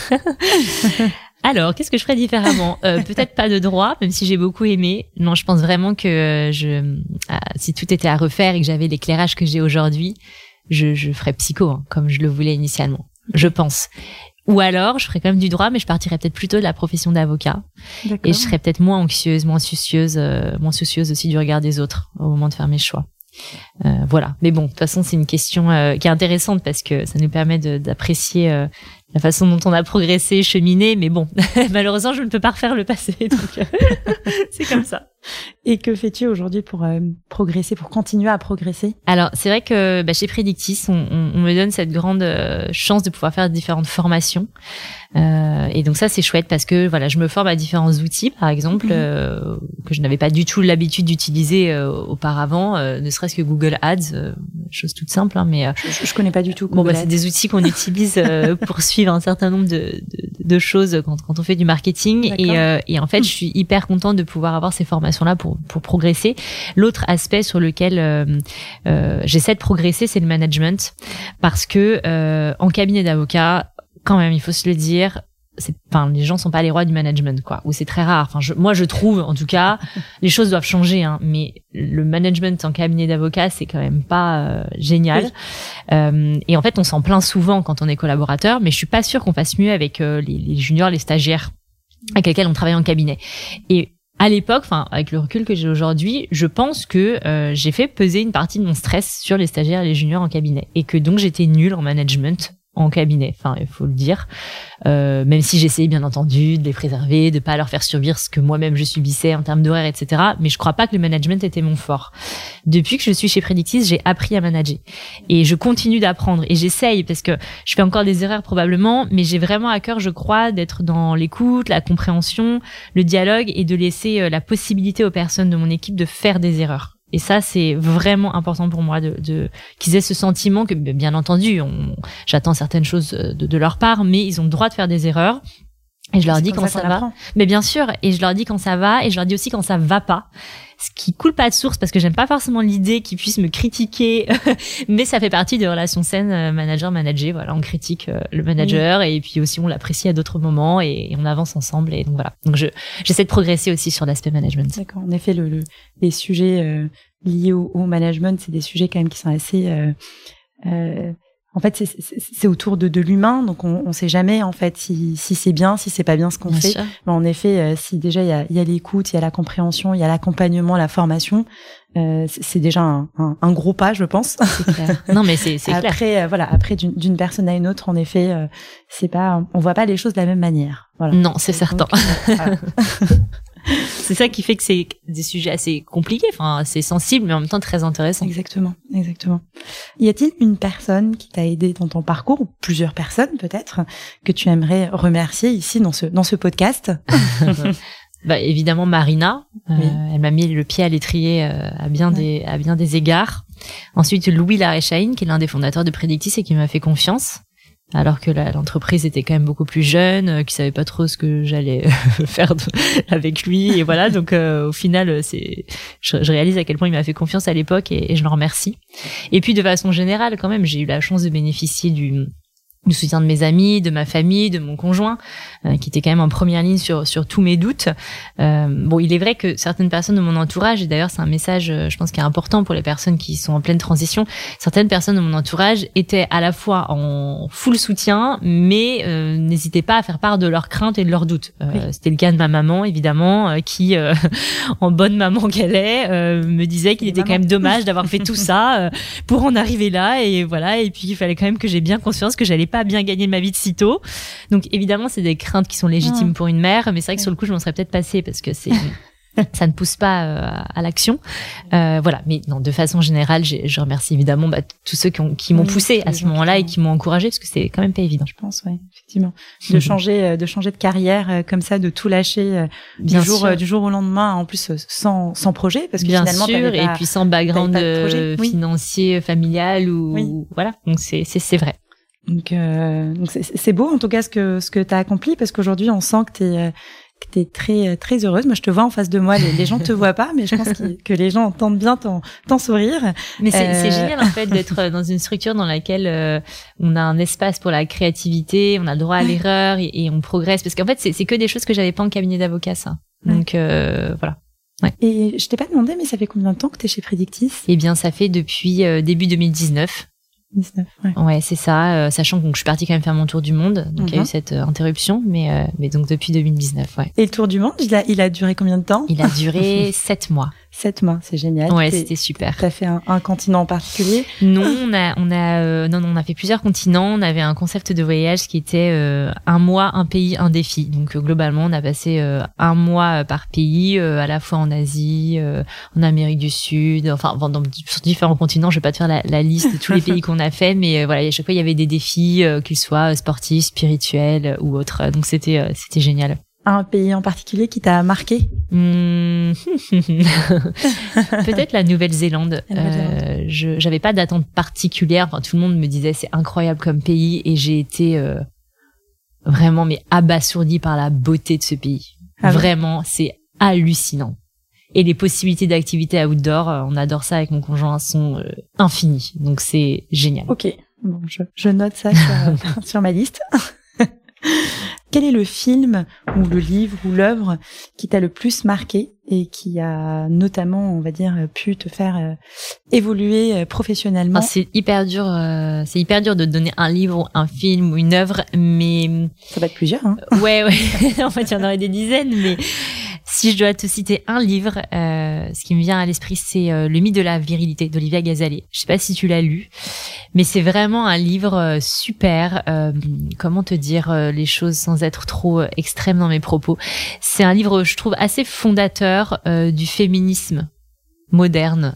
Alors, qu'est-ce que je ferais différemment? euh, Peut-être pas de droit, même si j'ai beaucoup aimé. Non, je pense vraiment que je, euh, si tout était à refaire et que j'avais l'éclairage que j'ai aujourd'hui, je, je ferais psycho, hein, comme je le voulais initialement. Je pense. Ou alors, je ferais quand même du droit, mais je partirais peut-être plutôt de la profession d'avocat. D'accord. Et je serais peut-être moins anxieuse, moins soucieuse, euh, moins soucieuse aussi du regard des autres au moment de faire mes choix. Euh, voilà. Mais bon, de toute façon, c'est une question euh, qui est intéressante parce que ça nous permet de, d'apprécier euh, la façon dont on a progressé, cheminé. Mais bon, malheureusement, je ne peux pas refaire le passé. Donc, euh, c'est comme ça. Et que fais-tu aujourd'hui pour euh, progresser, pour continuer à progresser? Alors, c'est vrai que bah, chez Predictis, on, on, on me donne cette grande euh, chance de pouvoir faire différentes formations. Euh, et donc ça, c'est chouette parce que voilà, je me forme à différents outils, par exemple, mmh. euh, que je n'avais pas du tout l'habitude d'utiliser euh, auparavant, euh, ne serait-ce que Google Ads, euh, chose toute simple, hein, mais euh, je, je connais pas du tout. Google bon, bah, Ads. C'est des outils qu'on utilise euh, pour suivre un certain nombre de, de, de choses quand, quand on fait du marketing. Et, euh, et en fait, mmh. je suis hyper contente de pouvoir avoir ces formations-là pour pour progresser. L'autre aspect sur lequel euh, euh, j'essaie de progresser, c'est le management, parce que euh, en cabinet d'avocat, quand même, il faut se le dire, c'est, enfin, les gens sont pas les rois du management, quoi, ou c'est très rare. Enfin, je, moi, je trouve, en tout cas, les choses doivent changer, hein, mais le management en cabinet d'avocat, c'est quand même pas euh, génial. Oui. Euh, et en fait, on s'en plaint souvent quand on est collaborateur, mais je suis pas sûre qu'on fasse mieux avec euh, les, les juniors, les stagiaires avec lesquels on travaille en cabinet. Et à l'époque, enfin avec le recul que j'ai aujourd'hui, je pense que euh, j'ai fait peser une partie de mon stress sur les stagiaires et les juniors en cabinet, et que donc j'étais nulle en management en cabinet. Enfin, il faut le dire. Euh, même si j'essayais bien entendu de les préserver, de pas leur faire subir ce que moi-même je subissais en termes d'horaire, et cetera. Mais je crois pas que le management était mon fort. Depuis que je suis chez Predictis, j'ai appris à manager et je continue d'apprendre et j'essaye, parce que je fais encore des erreurs probablement, mais j'ai vraiment à cœur, je crois, d'être dans l'écoute, la compréhension, le dialogue et de laisser la possibilité aux personnes de mon équipe de faire des erreurs. Et ça, c'est vraiment important pour moi de, de qu'ils aient ce sentiment que, bien entendu, on, j'attends certaines choses de, de leur part, mais ils ont le droit de faire des erreurs. Et je leur dis quand ça, ça va. Mais bien sûr, et je leur dis quand ça va, et je leur dis aussi quand ça va pas. Ce qui coule pas de source, parce que j'aime pas forcément l'idée qu'ils puissent me critiquer, mais ça fait partie des relations saines manager-manager. Voilà, on critique le manager, oui. Et puis aussi on l'apprécie à d'autres moments, et on avance ensemble. Et donc voilà. Donc je j'essaie de progresser aussi sur l'aspect management. D'accord. En effet, le, le les sujets euh, liés au, au management, c'est des sujets quand même qui sont assez euh, euh, en fait, c'est, c'est, c'est autour de, de l'humain, donc on ne sait jamais en fait si, si c'est bien, si c'est pas bien ce qu'on bien fait. Sûr. Mais en effet, euh, si déjà il y a, y a l'écoute, il y a la compréhension, il y a l'accompagnement, la formation, euh, c'est, c'est déjà un, un, un gros pas, je pense. C'est clair. Non, mais c'est, c'est après, clair. Euh, voilà, après d'une, d'une personne à une autre, en effet, euh, c'est pas, on voit pas les choses de la même manière. Voilà. Non, c'est donc, certain. Euh, voilà. C'est ça qui fait que c'est des sujets assez compliqués, enfin assez sensibles, mais en même temps très intéressants. Exactement, exactement. Y a-t-il une personne qui t'a aidé dans ton parcours, ou plusieurs personnes peut-être, que tu aimerais remercier ici dans ce dans ce podcast? Bah évidemment Marina, oui. euh, elle m'a mis le pied à l'étrier euh, à bien ouais. des à bien des égards. Ensuite Louis Laréchaïne, qui est l'un des fondateurs de Predictis et qui m'a fait confiance. Alors que la, l'entreprise était quand même beaucoup plus jeune, euh, qui savait pas trop ce que j'allais faire de, avec lui, et voilà. Donc euh, au final, c'est, je, je réalise à quel point il m'a fait confiance à l'époque, et, et je le remercie. Et puis de façon générale, quand même, j'ai eu la chance de bénéficier du du soutien de mes amis, de ma famille, de mon conjoint, euh, qui était quand même en première ligne sur sur tous mes doutes. Euh, bon, il est vrai que certaines personnes de mon entourage, et d'ailleurs c'est un message, je pense, qui est important pour les personnes qui sont en pleine transition, certaines personnes de mon entourage étaient à la fois en full soutien, mais euh, n'hésitaient pas à faire part de leurs craintes et de leurs doutes. Euh, oui. C'était le cas de ma maman, évidemment, euh, qui, euh, en bonne maman qu'elle est, euh, me disait qu'il était maman. Quand même dommage d'avoir fait tout ça euh, pour en arriver là, et voilà. Et puis il fallait quand même que j'ai bien conscience que j'allais pas bien gagner ma vie de sitôt. Donc évidemment, c'est des craintes qui sont légitimes mmh. pour une mère, mais c'est vrai que sur le coup, je m'en serais peut-être passée, parce que c'est ça ne pousse pas euh, à l'action. Euh, voilà, mais non, de façon générale, j'ai, je remercie évidemment bah, tous ceux qui, ont, qui m'ont oui, poussée à ce moment-là et qui m'ont encouragée, parce que c'est quand même pas évident. Je pense, ouais, effectivement. De mmh. changer, de changer de carrière euh, comme ça, de tout lâcher euh, du jour, euh, du jour au lendemain, en plus euh, sans, sans projet, parce que bien finalement, sûr, pas, et puis sans background euh, oui. financier, familial ou oui. voilà. Donc c'est, c'est, c'est vrai. Donc, euh, donc c'est, c'est beau en tout cas ce que ce que t'as accompli, parce qu'aujourd'hui on sent que t'es euh, que t'es très très heureuse. Moi je te vois en face de moi, les, les gens te voient pas, mais je pense que, que les gens entendent bien ton ton sourire. Mais c'est, euh... c'est génial en fait d'être dans une structure dans laquelle euh, on a un espace pour la créativité, on a le droit à l'erreur et, et on progresse, parce qu'en fait c'est c'est que des choses que j'avais pas en cabinet d'avocat, ça. Donc euh, voilà. Ouais. Et je t'ai pas demandé, mais ça fait combien de temps que t'es chez Predictis? Eh bien ça fait depuis euh, début deux mille dix-neuf. dix-neuf, ouais. Ouais, c'est ça, euh, sachant que donc, je suis partie quand même faire mon tour du monde, donc il mm-hmm. y a eu cette euh, interruption, mais euh, mais donc depuis deux mille dix-neuf, ouais. Et le tour du monde, il a il a duré combien de temps? Il a duré sept mois. Sept mois, c'est génial. Ouais, T'es, c'était super. T'as fait un, un continent en particulier? Non, on a on a euh, non non on a fait plusieurs continents. On avait un concept de voyage qui était euh, un mois, un pays, un défi. Donc euh, globalement, on a passé euh, un mois par pays, euh, à la fois en Asie, euh, en Amérique du Sud, enfin dans, sur différents continents. Je vais pas te faire la, la liste de tous les pays qu'on a fait, mais euh, voilà, à chaque fois il y avait des défis, euh, qu'ils soient sportifs, spirituels euh, ou autres. Donc c'était euh, c'était génial. Un pays en particulier qui t'a marqué? Mmh. Peut-être la Nouvelle-Zélande. La Nouvelle-Zélande. Euh, je j'avais pas d'attente particulière. Enfin, tout le monde me disait c'est incroyable comme pays, et j'ai été euh, vraiment mais abasourdie par la beauté de ce pays. Ah vraiment, oui. C'est hallucinant. Et les possibilités d'activités outdoor, on adore ça avec mon conjoint, sont euh, infinies. Donc c'est génial. Ok, bon, je, je note ça sur, sur ma liste. Quel est le film ou le livre ou l'œuvre qui t'a le plus marqué et qui a notamment, on va dire, pu te faire euh, évoluer professionnellement? Ah, c'est hyper dur, euh, c'est hyper dur de donner un livre ou un film ou une œuvre, mais ça va être plusieurs. Hein. Ouais, ouais. En fait, il y en aurait des dizaines, mais Si je dois te citer un livre, euh, ce qui me vient à l'esprit, c'est euh, Le mythe de la virilité d'Olivia Gazalet. Je sais pas si tu l'as lu, mais c'est vraiment un livre euh, super. Euh, comment te dire euh, les choses sans être trop euh, extrême dans mes propos. C'est un livre, je trouve, assez fondateur euh, du féminisme moderne.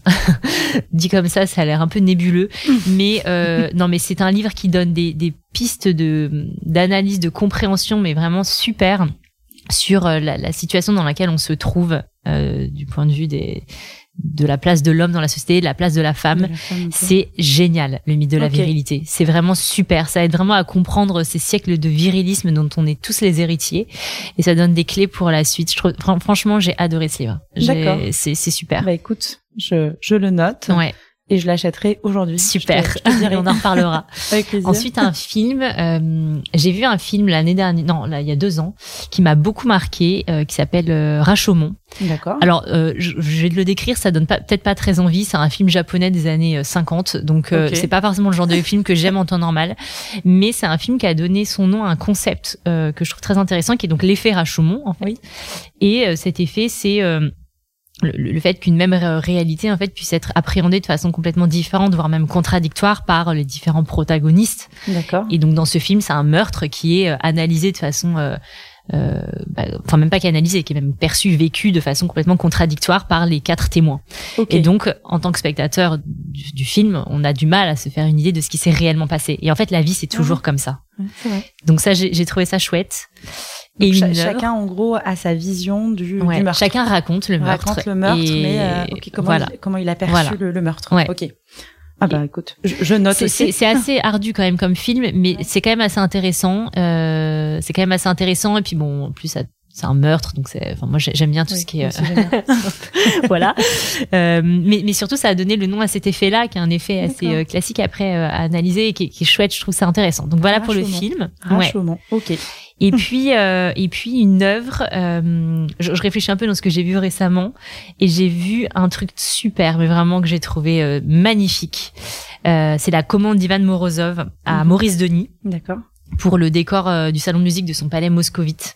Dit comme ça, ça a l'air un peu nébuleux, mais euh, non, mais c'est un livre qui donne des, des pistes de d'analyse, de compréhension, mais vraiment super sur la, la situation dans laquelle on se trouve euh, du point de vue des de la place de l'homme dans la société, de la place de la femme. De la femme okay. C'est génial, le mythe de la okay. virilité. C'est vraiment super. Ça aide vraiment à comprendre ces siècles de virilisme dont on est tous les héritiers. Et ça donne des clés pour la suite. Je trouve, franchement, j'ai adoré ce livre. D'accord. C'est, c'est super. Bah écoute, je, je le note. Ouais. Et je l'achèterai aujourd'hui. Super. Je te, je te dirai. On en reparlera. Avec plaisir. Ensuite, un film. Euh, j'ai vu un film l'année dernière, non, là, il y a deux ans, qui m'a beaucoup marqué, euh, qui s'appelle euh, Rashomon. D'accord. Alors, euh, je, je vais te le décrire, ça donne pas, peut-être pas très envie. C'est un film japonais des années cinquante, donc euh, okay. c'est pas forcément le genre de film que j'aime en temps normal, mais c'est un film qui a donné son nom à un concept euh, que je trouve très intéressant, qui est donc l'effet Rashomon, en fait. Oui. Et euh, cet effet, c'est euh, Le, le fait qu'une même réalité en fait puisse être appréhendée de façon complètement différente, voire même contradictoire par les différents protagonistes. D'accord. Et donc dans ce film, c'est un meurtre qui est analysé de façon, euh, euh, bah, enfin même pas qu'analysé, qui est même perçu, vécu de façon complètement contradictoire par les quatre témoins. Okay. Et donc en tant que spectateur du, du film, on a du mal à se faire une idée de ce qui s'est réellement passé. Et en fait, la vie c'est toujours mmh. comme ça. Ouais, c'est vrai. Donc ça, j'ai, j'ai trouvé ça chouette. Et Ch- œuvre, chacun en gros a sa vision du, ouais, du meurtre. Chacun raconte le meurtre. Raconte le meurtre, et... mais euh, okay, comment, voilà. il, comment il a perçu voilà. le, le meurtre. Ouais. Ok. Ah bah écoute, je, je note c'est, aussi. C'est, c'est assez ardu quand même comme film, mais ouais. c'est quand même assez intéressant. Euh, c'est quand même assez intéressant. Et puis bon, en plus ça, c'est un meurtre, donc c'est. Enfin moi j'aime bien tout oui, ce qui est. Euh... voilà. Euh, mais mais surtout ça a donné le nom à cet effet-là, qui est un effet D'accord. assez euh, classique après euh, à analyser, et qui, qui est chouette. Je trouve ça intéressant. Donc voilà Rashomon. Pour le film. Rashomon. Ouais. Ok. Et puis euh, et puis une œuvre. Euh, je, je réfléchis un peu dans ce que j'ai vu récemment, et j'ai vu un truc super, mais vraiment que j'ai trouvé euh, magnifique. Euh, c'est la commande d'Ivan Morozov à mmh. Maurice Denis. D'accord. Pour le décor euh, du salon de musique de son palais moscovite.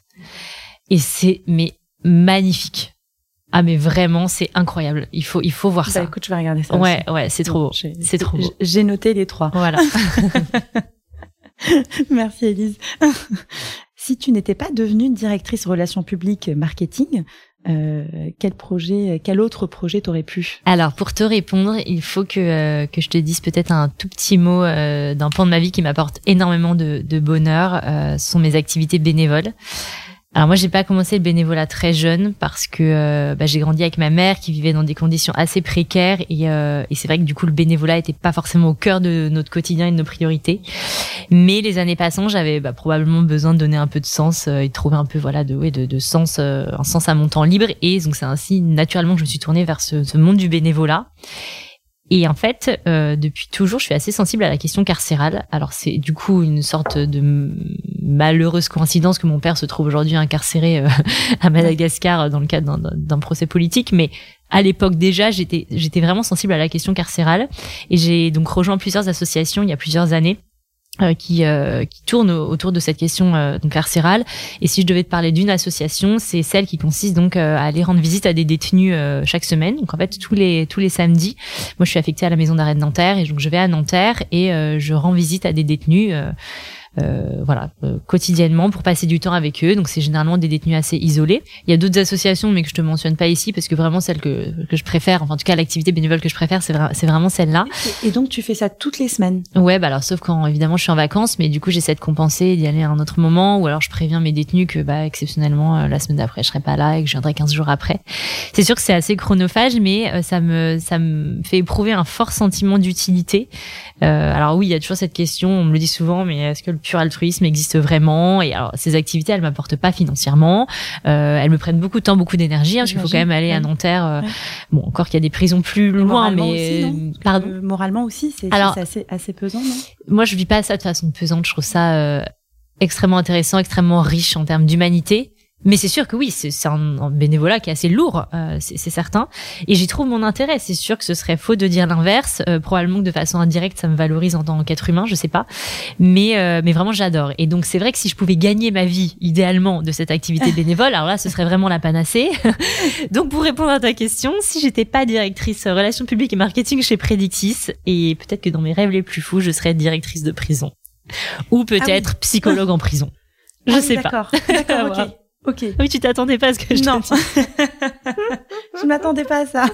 Et c'est mais magnifique. Ah mais vraiment c'est incroyable. Il faut il faut voir bah, ça. Écoute, je vais regarder ça. Ouais aussi. ouais, c'est trop beau. J'ai, c'est trop beau. J'ai noté les trois. Voilà. Merci Élise. Si tu n'étais pas devenue directrice relations publiques marketing, euh, quel projet, quel autre projet t'aurait plu? Alors pour te répondre, il faut que euh, que je te dise peut-être un tout petit mot euh, d'un pan de ma vie qui m'apporte énormément de, de bonheur. Euh, ce sont mes activités bénévoles. Alors moi, j'ai pas commencé le bénévolat très jeune parce que euh, bah, j'ai grandi avec ma mère qui vivait dans des conditions assez précaires et, euh, et c'est vrai que du coup le bénévolat était pas forcément au cœur de notre quotidien et de nos priorités. Mais les années passant, j'avais bah, probablement besoin de donner un peu de sens euh, et de trouver un peu voilà de ouais, de, de sens, euh, un sens à mon temps libre, et donc c'est ainsi naturellement que je me suis tournée vers ce, ce monde du bénévolat. Et en fait, euh, depuis toujours, je suis assez sensible à la question carcérale. Alors c'est du coup une sorte de malheureuse coïncidence que mon père se trouve aujourd'hui incarcéré euh, à Madagascar dans le cadre d'un, d'un procès politique, mais à l'époque déjà, j'étais j'étais vraiment sensible à la question carcérale, et j'ai donc rejoint plusieurs associations il y a plusieurs années. Euh, qui euh, qui tourne autour de cette question euh, donc carcérale. Et si je devais te parler d'une association, c'est celle qui consiste donc euh, à aller rendre visite à des détenus euh, chaque semaine. Donc en fait tous les tous les samedis, moi je suis affectée à la maison d'arrêt de Nanterre, et donc je vais à Nanterre et euh, je rends visite à des détenus euh, Euh, voilà, euh, quotidiennement pour passer du temps avec eux. Donc c'est généralement des détenus assez isolés. Il y a d'autres associations, mais que je te mentionne pas ici parce que vraiment celle que que je préfère, enfin en tout cas l'activité bénévole que je préfère, c'est vra- c'est vraiment celle-là. Et, et donc tu fais ça toutes les semaines? Ouais, bah alors sauf quand évidemment je suis en vacances, mais du coup j'essaie de compenser, d'y aller à un autre moment, ou alors je préviens mes détenus que bah exceptionnellement euh, la semaine d'après je serai pas là et que je viendrai quinze jours après. C'est sûr que c'est assez chronophage, mais euh, ça me ça me fait éprouver un fort sentiment d'utilité. Euh, alors oui, il y a toujours cette question, on me le dit souvent, mais est-ce que le pur altruisme existe vraiment? Et alors ces activités, elles m'apportent pas financièrement, euh, elles me prennent beaucoup de temps, beaucoup d'énergie, hein, parce qu'il faut quand même aller ouais. à Nanterre. Euh, ouais. Bon, encore qu'il y a des prisons plus mais loin, moralement mais aussi, non pardon. Euh, moralement aussi, c'est, alors, c'est assez, assez pesant, non? Moi, je vis pas ça de façon pesante. Je trouve ça euh, extrêmement intéressant, extrêmement riche en termes d'humanité. Mais c'est sûr que oui, c'est, c'est un, un bénévolat qui est assez lourd, euh, c'est, c'est certain. Et j'y trouve mon intérêt. C'est sûr que ce serait faux de dire l'inverse. Euh, probablement que de façon indirecte, ça me valorise en tant qu'être humain, je sais pas. Mais euh, mais vraiment, j'adore. Et donc c'est vrai que si je pouvais gagner ma vie idéalement de cette activité bénévole, alors là, ce serait vraiment la panacée. Donc pour répondre à ta question, si j'étais pas directrice relations publiques et marketing chez Predictis, et peut-être que dans mes rêves les plus fous, je serais directrice de prison ou peut-être ah oui. psychologue en prison. Je ah sais oui, pas. D'accord. D'accord. Ok. Ok. Oui, tu t'attendais pas à ce que je non. te dise. Je m'attendais pas à ça.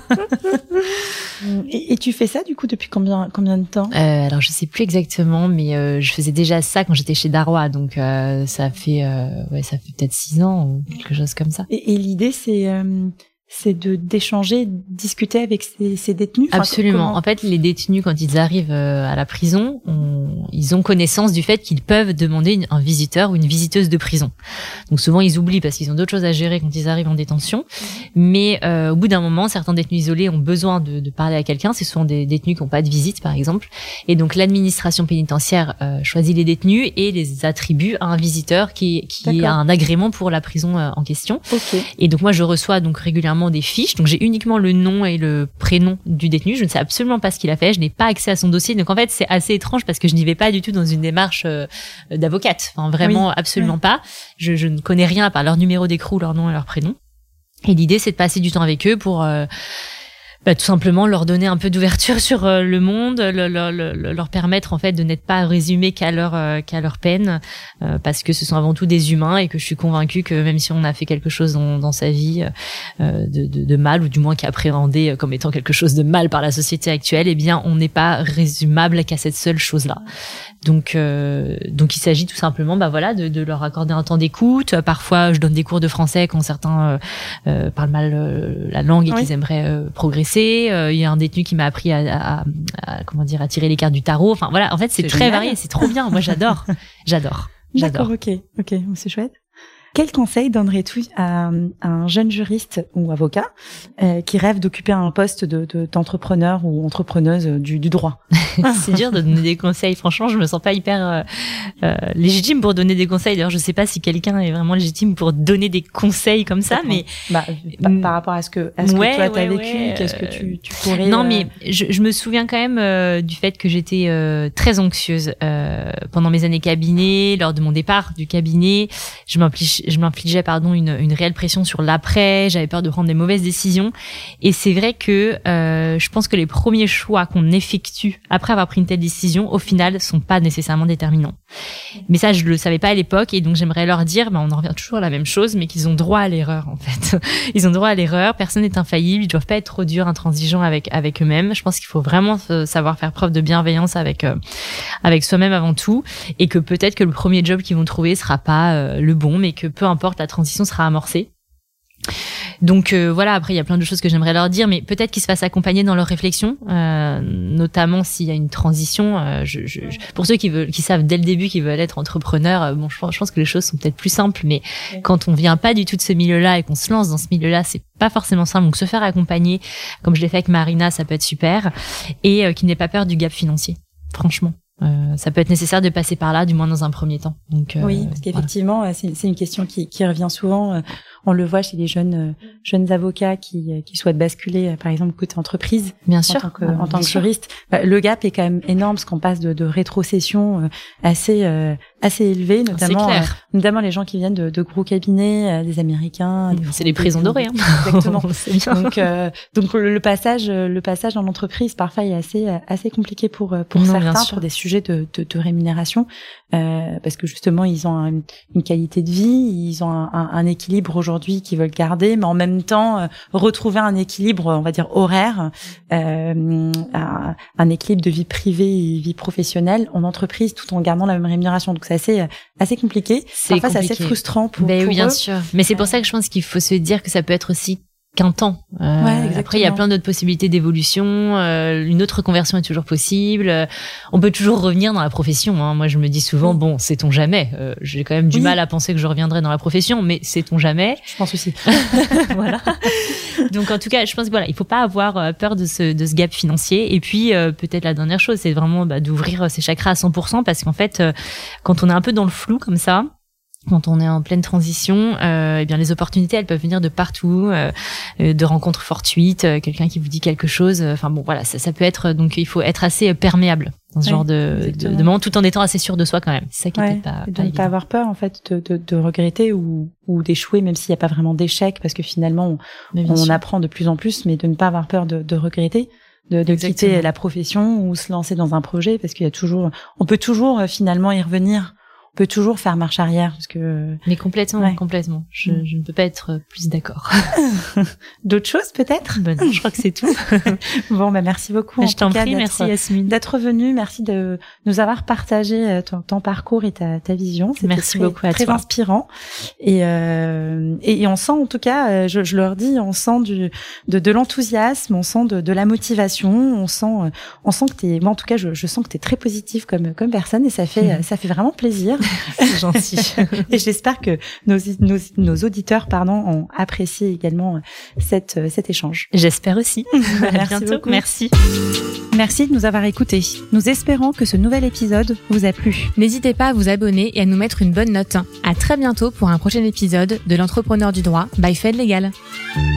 et, et tu fais ça du coup depuis combien combien de temps? euh, Alors je sais plus exactement, mais euh, je faisais déjà ça quand j'étais chez Darrois, donc euh, ça fait euh, ouais ça fait peut-être six ans ou quelque chose comme ça. Et, et l'idée c'est euh, c'est de d'échanger, discuter avec ces, ces détenus. Enfin, Absolument. Comment... En fait, les détenus, quand ils arrivent à la prison, on, ils ont connaissance du fait qu'ils peuvent demander une, un visiteur ou une visiteuse de prison. Donc souvent, ils oublient parce qu'ils ont d'autres choses à gérer quand ils arrivent en détention. Mais euh, au bout d'un moment, certains détenus isolés ont besoin de, de parler à quelqu'un. C'est souvent des détenus qui n'ont pas de visite, par exemple. Et donc, l'administration pénitentiaire euh, choisit les détenus et les attribue à un visiteur qui, qui a un agrément pour la prison euh, en question. Okay. Et donc, moi, je reçois donc régulièrement des fiches, donc j'ai uniquement le nom et le prénom du détenu, je ne sais absolument pas ce qu'il a fait, je n'ai pas accès à son dossier, donc en fait c'est assez étrange parce que je n'y vais pas du tout dans une démarche euh, d'avocate, enfin vraiment oui. absolument oui. pas, je, je ne connais rien à part leur numéro d'écrou, leur nom et leur prénom, et l'idée c'est de passer du temps avec eux pour euh, bah, tout simplement leur donner un peu d'ouverture sur euh, le monde, le, le, le, leur permettre en fait de n'être pas résumés qu'à leur euh, qu'à leur peine, euh, parce que ce sont avant tout des humains et que je suis convaincue que même si on a fait quelque chose dans, dans sa vie euh, de, de, de mal ou du moins qui est appréhendé comme étant quelque chose de mal par la société actuelle, eh bien on n'est pas résumable qu'à cette seule chose-là. Donc euh, donc il s'agit tout simplement bah voilà de, de leur accorder un temps d'écoute. Parfois je donne des cours de français quand certains euh, euh, parlent mal euh, la langue et oui. qu'ils aimeraient euh, progresser. Euh, il y a un détenu qui m'a appris à, à, à comment dire à tirer les cartes du tarot. Enfin voilà, en fait c'est, c'est très génial. Varié, c'est trop bien. Moi j'adore, j'adore, j'adore. D'accord, ok, ok, c'est chouette. Quel conseil donnerais-tu à, à un jeune juriste ou avocat euh, qui rêve d'occuper un poste de, de, d'entrepreneur ou entrepreneuse du, du droit? C'est dur de donner des conseils. Franchement, je me sens pas hyper euh, euh, légitime pour donner des conseils. D'ailleurs, je sais pas si quelqu'un est vraiment légitime pour donner des conseils comme ça, mais bah, par, par rapport à ce que, à ce ouais, que toi t'as ouais, vécu, ouais, qu'est-ce que tu, tu pourrais Non, euh... mais je, je me souviens quand même euh, du fait que j'étais euh, très anxieuse euh, pendant mes années cabinet, lors de mon départ du cabinet. Je m'infligeais, je m'infligeais pardon une, une réelle pression sur l'après. J'avais peur de prendre des mauvaises décisions. Et c'est vrai que euh, je pense que les premiers choix qu'on effectue après avoir pris une telle décision, au final, sont pas nécessairement déterminants. Mais ça, je le savais pas à l'époque, et donc j'aimerais leur dire, ben, on en revient toujours à la même chose, mais qu'ils ont droit à l'erreur, en fait. Ils ont droit à l'erreur. Personne n'est infaillible. Ils doivent pas être trop durs, intransigeants avec avec eux-mêmes. Je pense qu'il faut vraiment savoir faire preuve de bienveillance avec euh, avec soi-même avant tout, et que peut-être que le premier job qu'ils vont trouver sera pas euh, le bon, mais que peu importe, la transition sera amorcée. Donc euh, voilà, après il y a plein de choses que j'aimerais leur dire, mais peut-être qu'ils se fassent accompagner dans leurs réflexions, euh, notamment s'il y a une transition. Euh, je, je, je, pour ceux qui veulent, qui savent dès le début qu'ils veulent être entrepreneurs, euh, bon, je, je pense que les choses sont peut-être plus simples, mais ouais. Quand on vient pas du tout de ce milieu-là et qu'on se lance dans ce milieu-là, c'est pas forcément simple. Donc se faire accompagner, comme je l'ai fait avec Marina, ça peut être super, et euh, qu'ils n'aient pas peur du gap financier. Franchement. Euh, ça peut être nécessaire de passer par là, du moins dans un premier temps. Donc, euh, oui, parce qu'effectivement, voilà. c'est, c'est une question qui, qui revient souvent. On le voit chez les jeunes jeunes avocats qui, qui souhaitent basculer, par exemple, côté entreprise. Bien sûr. En tant que, en tant que juriste, le gap est quand même énorme, parce qu'on passe de, de rétrocession assez assez élevé, notamment euh, notamment les gens qui viennent de, de gros cabinets, euh, des Américains. Des c'est les prisons dorées. Hein. Exactement. donc euh, donc le, le passage le passage dans l'entreprise parfois est assez assez compliqué pour pour non, certains pour des sujets de de, de rémunération, euh, parce que justement ils ont un, une qualité de vie, ils ont un, un, un équilibre aujourd'hui qu'ils veulent garder, mais en même temps euh, retrouver un équilibre, on va dire horaire, euh, un, un équilibre de vie privée et vie professionnelle en entreprise, tout en gardant la même rémunération. Donc c'est assez assez compliqué. C'est Parfois compliqué. C'est assez frustrant pour, ben, pour oui, bien eux. sûr. Mais c'est pour ça que je pense qu'il faut se dire que ça peut être aussi qu'un temps. Euh, ouais, après, il y a plein d'autres possibilités d'évolution. Euh, une autre conversion est toujours possible. Euh, on peut toujours revenir dans la profession. Hein. Moi, je me dis souvent, oui. bon, sait-on jamais. Euh, j'ai quand même du oui. mal à penser que je reviendrai dans la profession, mais sait-on jamais. Je pense aussi. Voilà. Donc, en tout cas, je pense que voilà, il faut pas avoir peur de ce de ce gap financier. Et puis, euh, peut-être la dernière chose, c'est vraiment bah, d'ouvrir ses chakras à cent pour cent, parce qu'en fait, euh, quand on est un peu dans le flou comme ça, quand on est en pleine transition, euh, eh bien les opportunités, elles peuvent venir de partout, euh, de rencontres fortuites, euh, quelqu'un qui vous dit quelque chose. Enfin bon, voilà, ça, ça peut être. Donc il faut être assez perméable dans ce ouais, genre de, de, de moment, tout en étant assez sûr de soi quand même. C'est ça qui ouais, est pas. Et de pas ne pas avoir peur en fait de, de, de regretter ou, ou d'échouer, même s'il n'y a pas vraiment d'échec, parce que finalement on, on apprend de plus en plus, mais de ne pas avoir peur de, de regretter. De, de quitter la profession ou se lancer dans un projet, parce qu'il y a toujours, on peut toujours finalement y revenir. On peut toujours faire marche arrière, parce que. Mais complètement, ouais. complètement. Je, mm. je ne peux pas être plus d'accord. D'autres choses peut-être? Ben non, je crois que c'est tout. Bon, bah merci beaucoup. Je t'en prie, merci Yasmine d'être venue, merci de nous avoir partagé ton, ton parcours et ta, ta vision. C'était merci très, beaucoup à très toi. inspirant. Et, euh, et, et on sent, en tout cas, je, je leur dis, on sent du, de, de l'enthousiasme, on sent de, de la motivation, on sent, on sent que t'es, moi en tout cas, je, je sens que t'es très positive comme, comme personne, et ça fait, mm. ça fait vraiment plaisir. C'est gentil. Et j'espère que nos, nos, nos auditeurs, pardon, ont apprécié également cette, cet échange. J'espère aussi. À Merci bientôt. Beaucoup. Merci. Merci de nous avoir écoutés. Nous espérons que ce nouvel épisode vous a plu. N'hésitez pas à vous abonner et à nous mettre une bonne note. À très bientôt pour un prochain épisode de l'Entrepreneur du droit by Fed Legal.